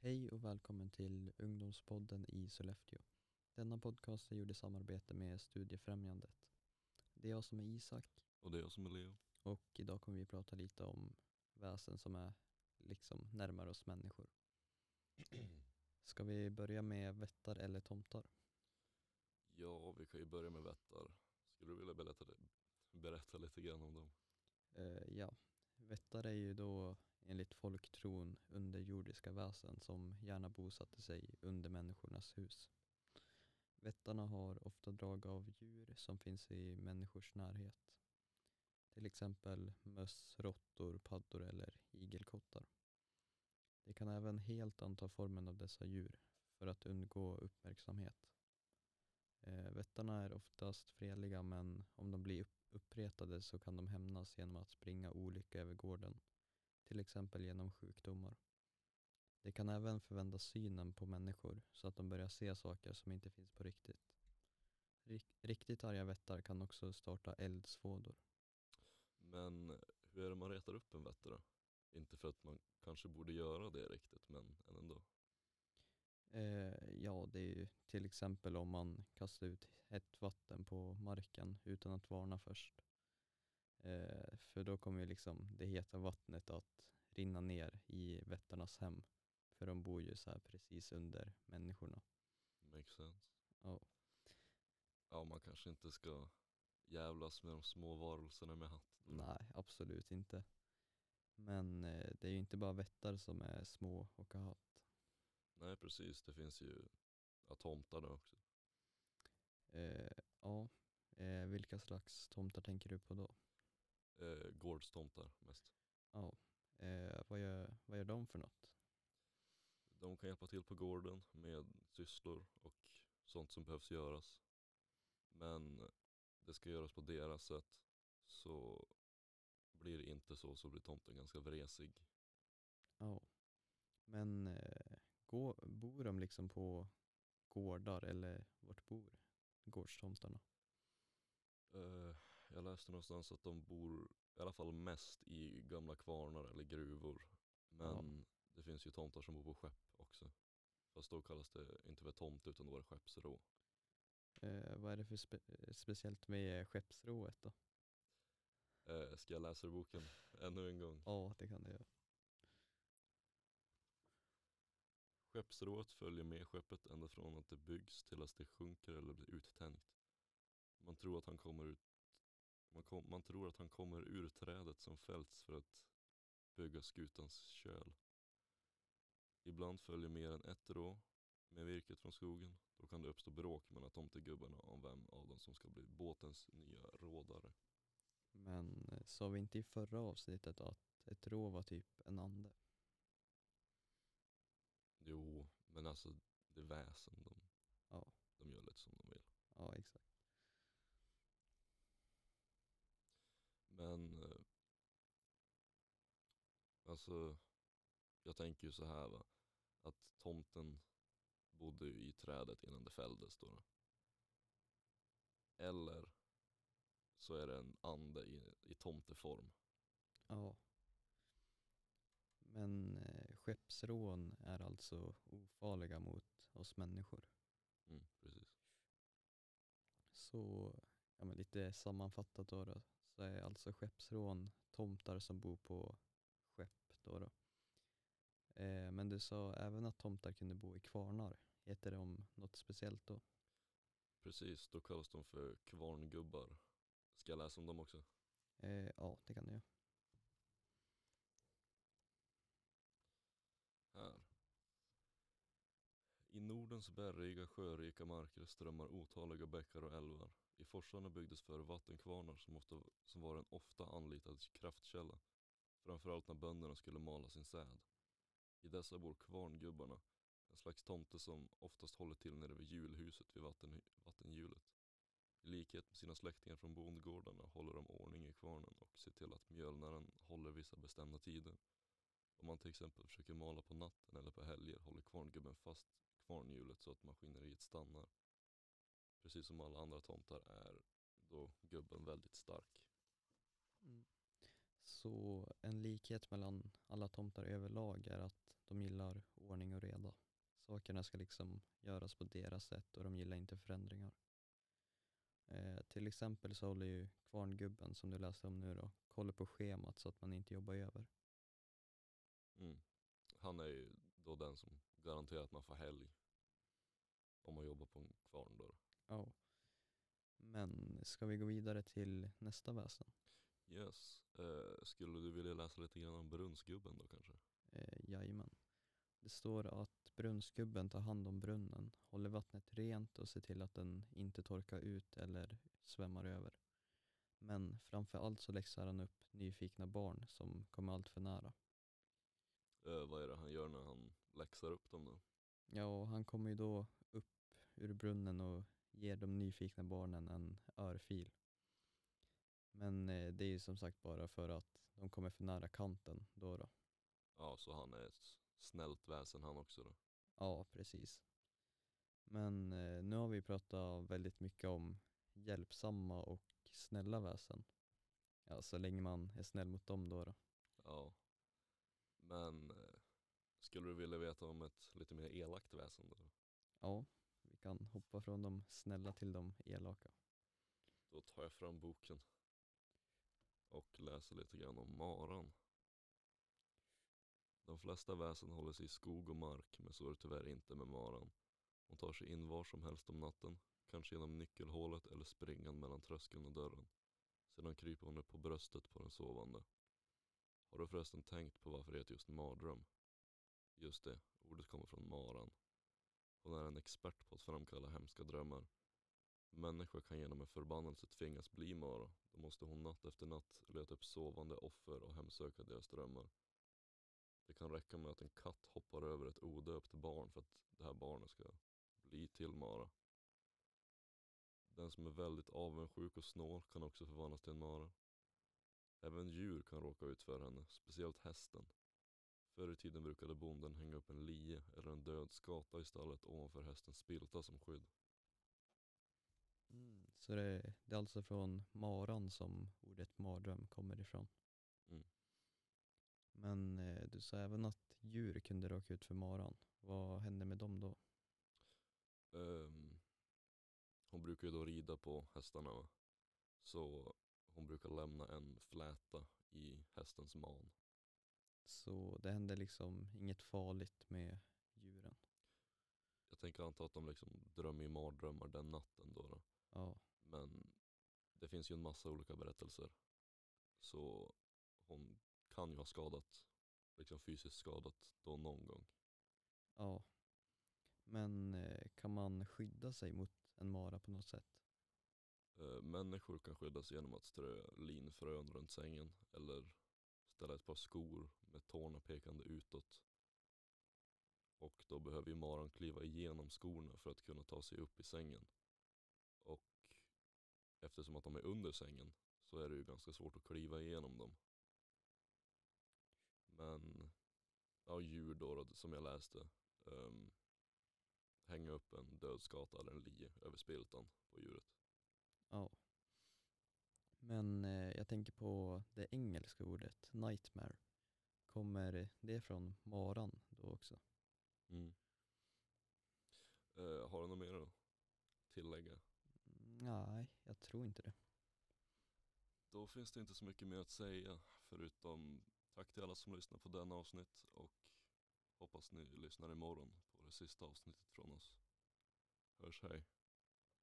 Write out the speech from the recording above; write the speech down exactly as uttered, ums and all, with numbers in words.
Hej och välkommen till Ungdomspodden i Sollefteå. Denna podcast är gjord i samarbete med Studiefrämjandet. Det är jag som är Isak. Och det är jag som är Leo. Och idag kommer vi prata lite om väsen som är liksom närmare oss människor. Ska vi börja med vättar eller tomtar? Ja, vi kan ju börja med vättar. Skulle du vilja berätta, berätta lite grann om dem? Uh, ja, vättar är ju då enligt folktron underjordiska väsen som gärna bosatte sig under människornas hus. Vättarna har ofta drag av djur som finns i människors närhet. Till exempel möss, råttor, paddor eller igelkottar. De kan även helt anta formen av dessa djur för att undgå uppmärksamhet. Eh, vättarna är oftast fredliga, men om de blir upp- uppretade så kan de hämnas genom att springa olycka över gården. Till exempel genom sjukdomar. De kan även förvända synen på människor så att de börjar se saker som inte finns på riktigt. Rik- riktigt arga vättar kan också starta eldsvådor. Men hur är det man retar upp en vätter då? Inte för att man kanske borde göra det riktigt, men ändå. Eh, ja, det är ju till exempel om man kastar ut hett vatten på marken utan att varna först. Eh, för då kommer ju liksom det heta vattnet att rinna ner i vättarnas hem. För de bor ju så här precis under människorna. Makes sense. Ja. Ja, man kanske inte ska jävlas med de små varelserna med hatten. Nej, absolut inte. Men eh, det är ju inte bara vättar som är små och har hatt. Nej, precis. Det finns ju ja, tomtar där också. Eh, ja, eh, vilka slags tomtar tänker du på då? Eh, gårdstomtar mest. Ja, eh, vad, gör, vad gör de för något? De kan hjälpa till på gården med sysslor och sånt som behövs göras. Men det ska göras på deras sätt, så blir det inte så så blir tomten ganska vresig. Ja, men eh, gå, bor de liksom på gårdar eller vart bor gårdstomtarna? Eh, jag läste någonstans att de bor i alla fall mest i gamla kvarnar eller gruvor. Ja, Men det finns ju tomtar som bor på skepp också. Fast då kallas det inte för tomt utan då var det skeppsrå. eh, vad är det för spe- speciellt med skeppsrået då? Eh, ska jag läsa ur boken ännu en gång? Ja, det kan det göra. Skeppsrået följer med skeppet ända från att det byggs till att det sjunker eller blir uttänkt. Man tror att han kommer ut man, kom, man tror att han kommer ur trädet som fällts för att bygga skutans köl. Ibland följer mer än ett rå med virket från skogen. Då kan det uppstå bråk mellan tomtegubbarna om vem av dem som ska bli båtens nya rådare. Men eh, sa vi inte i förra avsnittet att ett rå var typ en ande? Jo, men alltså det är väsen. De, Ja, de gör lite som de vill. ja exakt. Men eh, alltså jag tänker ju så här va. Att tomten bodde ju i trädet innan det fälldes då. Eller så är det en ande i, i tomteform. Ja. Men eh, skeppsrån är alltså ofarliga mot oss människor. Mm, precis. Så ja, men lite sammanfattat då, då så är alltså skeppsrån tomtar som bor på skepp då. då. Eh, men du sa även att tomtar kunde bo i kvarnar. Heter de något speciellt då? Precis, då kallas de för kvarngubbar. Ska jag läsa om dem också? Eh, ja, det kan du göra. Här. I Nordens bergiga sjörika marker strömmar otaliga bäckar och älvar. I forsarna byggdes för vattenkvarnar som, ofta, som var en ofta anlitad kraftkälla. Framförallt när bönderna skulle mala sin säd. I dessa bor kvarngubbarna, en slags tomte som oftast håller till nere vid julhuset vid vatten, vattenhjulet. I likhet med sina släktingar från bondgårdarna håller de ordning i kvarnen och ser till att mjölnaren håller vissa bestämda tider. Om man till exempel försöker mala på natten eller på helger håller kvarngubben fast kvarnhjulet så att maskineriet stannar. Precis som alla andra tomtar är då gubben väldigt stark. Mm. Så en likhet mellan alla tomtar överlag är att de gillar ordning och reda. Sakerna ska liksom göras på deras sätt och de gillar inte förändringar. Eh, till exempel så håller ju kvarngubben som du läste om nu då, koll på schemat så att man inte jobbar över. Mm. Han är ju då den som garanterar att man får helg om man jobbar på en kvarn då. Ja. Men ska vi gå vidare till nästa väsen? Yes. Eh, skulle du vilja läsa lite grann om brunnsgubben då kanske? Eh, jajamän. Det står att brunnsgubben tar hand om brunnen, håller vattnet rent och ser till att den inte torkar ut eller svämmar över. Men framför allt så läxar han upp nyfikna barn som kommer allt för nära. Eh, vad är det han gör när han läxar upp dem då? Ja, och han kommer ju då upp ur brunnen och ger de nyfikna barnen en örfil. Men eh, det är ju som sagt bara för att de kommer för nära kanten då då. Ja, så han är ett snällt väsen han också då. Ja, precis. Men eh, nu har vi pratat väldigt mycket om hjälpsamma och snälla väsen. Ja, så länge man är snäll mot dem då då. Ja. Men eh, skulle du vilja veta om ett lite mer elakt väsen då? Ja, vi kan hoppa från de snälla till de elaka. Då tar jag fram boken och läser lite grann om maran. De flesta väsen håller sig i skog och mark, men så är det tyvärr inte med maran. Hon tar sig in var som helst om natten, kanske genom nyckelhålet eller springan mellan tröskeln och dörren. Sedan kryper hon upp på bröstet på den sovande. Har du förresten tänkt på varför det heter just mardröm? Just det, ordet kommer från maran. Hon är en expert på att framkalla hemska drömmar. Människor kan genom en förbannelse tvingas bli mara. Då måste hon natt efter natt leta upp sovande offer och hemsöka deras drömmar. Det kan räcka med att en katt hoppar över ett odöpt barn för att det här barnet ska bli till mara. Den som är väldigt avundsjuk och snål kan också förvandlas till en mara. Även djur kan råka ut för henne, speciellt hästen. Förr i tiden brukade bonden hänga upp en lie eller en död skata i stallet ovanför hästens spilta som skydd. Mm. Så det, det är alltså från maran som ordet mardröm kommer ifrån. Mm. Men eh, du sa även att djur kunde råka ut för maran. Vad hände med dem då? Um, hon brukar ju då rida på hästarna, va? Så hon brukar lämna en fläta i hästens man. Så det hände liksom inget farligt med djuren. Jag tänker anta att de liksom drömmer i mardrömmar den natten då, då. Ja, Men det finns ju en massa olika berättelser. Så hon kan ju ha skadat, liksom fysiskt skadat då någon gång. ja. Men eh, kan man skydda sig mot en mara på något sätt? Eh, människor kan skyddas genom att strö linfrön runt sängen eller ställa ett par skor med tårna pekande utåt. Och då behöver ju maran kliva igenom skorna för att kunna ta sig upp i sängen. Och eftersom att de är under sängen så är det ju ganska svårt att kliva igenom dem. Men ja, djur då, då som jag läste, um, hänga upp en död skata eller en lie över spiltan på djuret. Ja. Men eh, jag tänker på det engelska ordet nightmare. Kommer det från maran då också? Mm. Uh, har du något mer att tillägga? Nej, jag tror inte det. Då finns det inte så mycket mer att säga förutom tack till alla som lyssnar på denna avsnitt och hoppas ni lyssnar imorgon på det sista avsnittet från oss. Hörs, hej.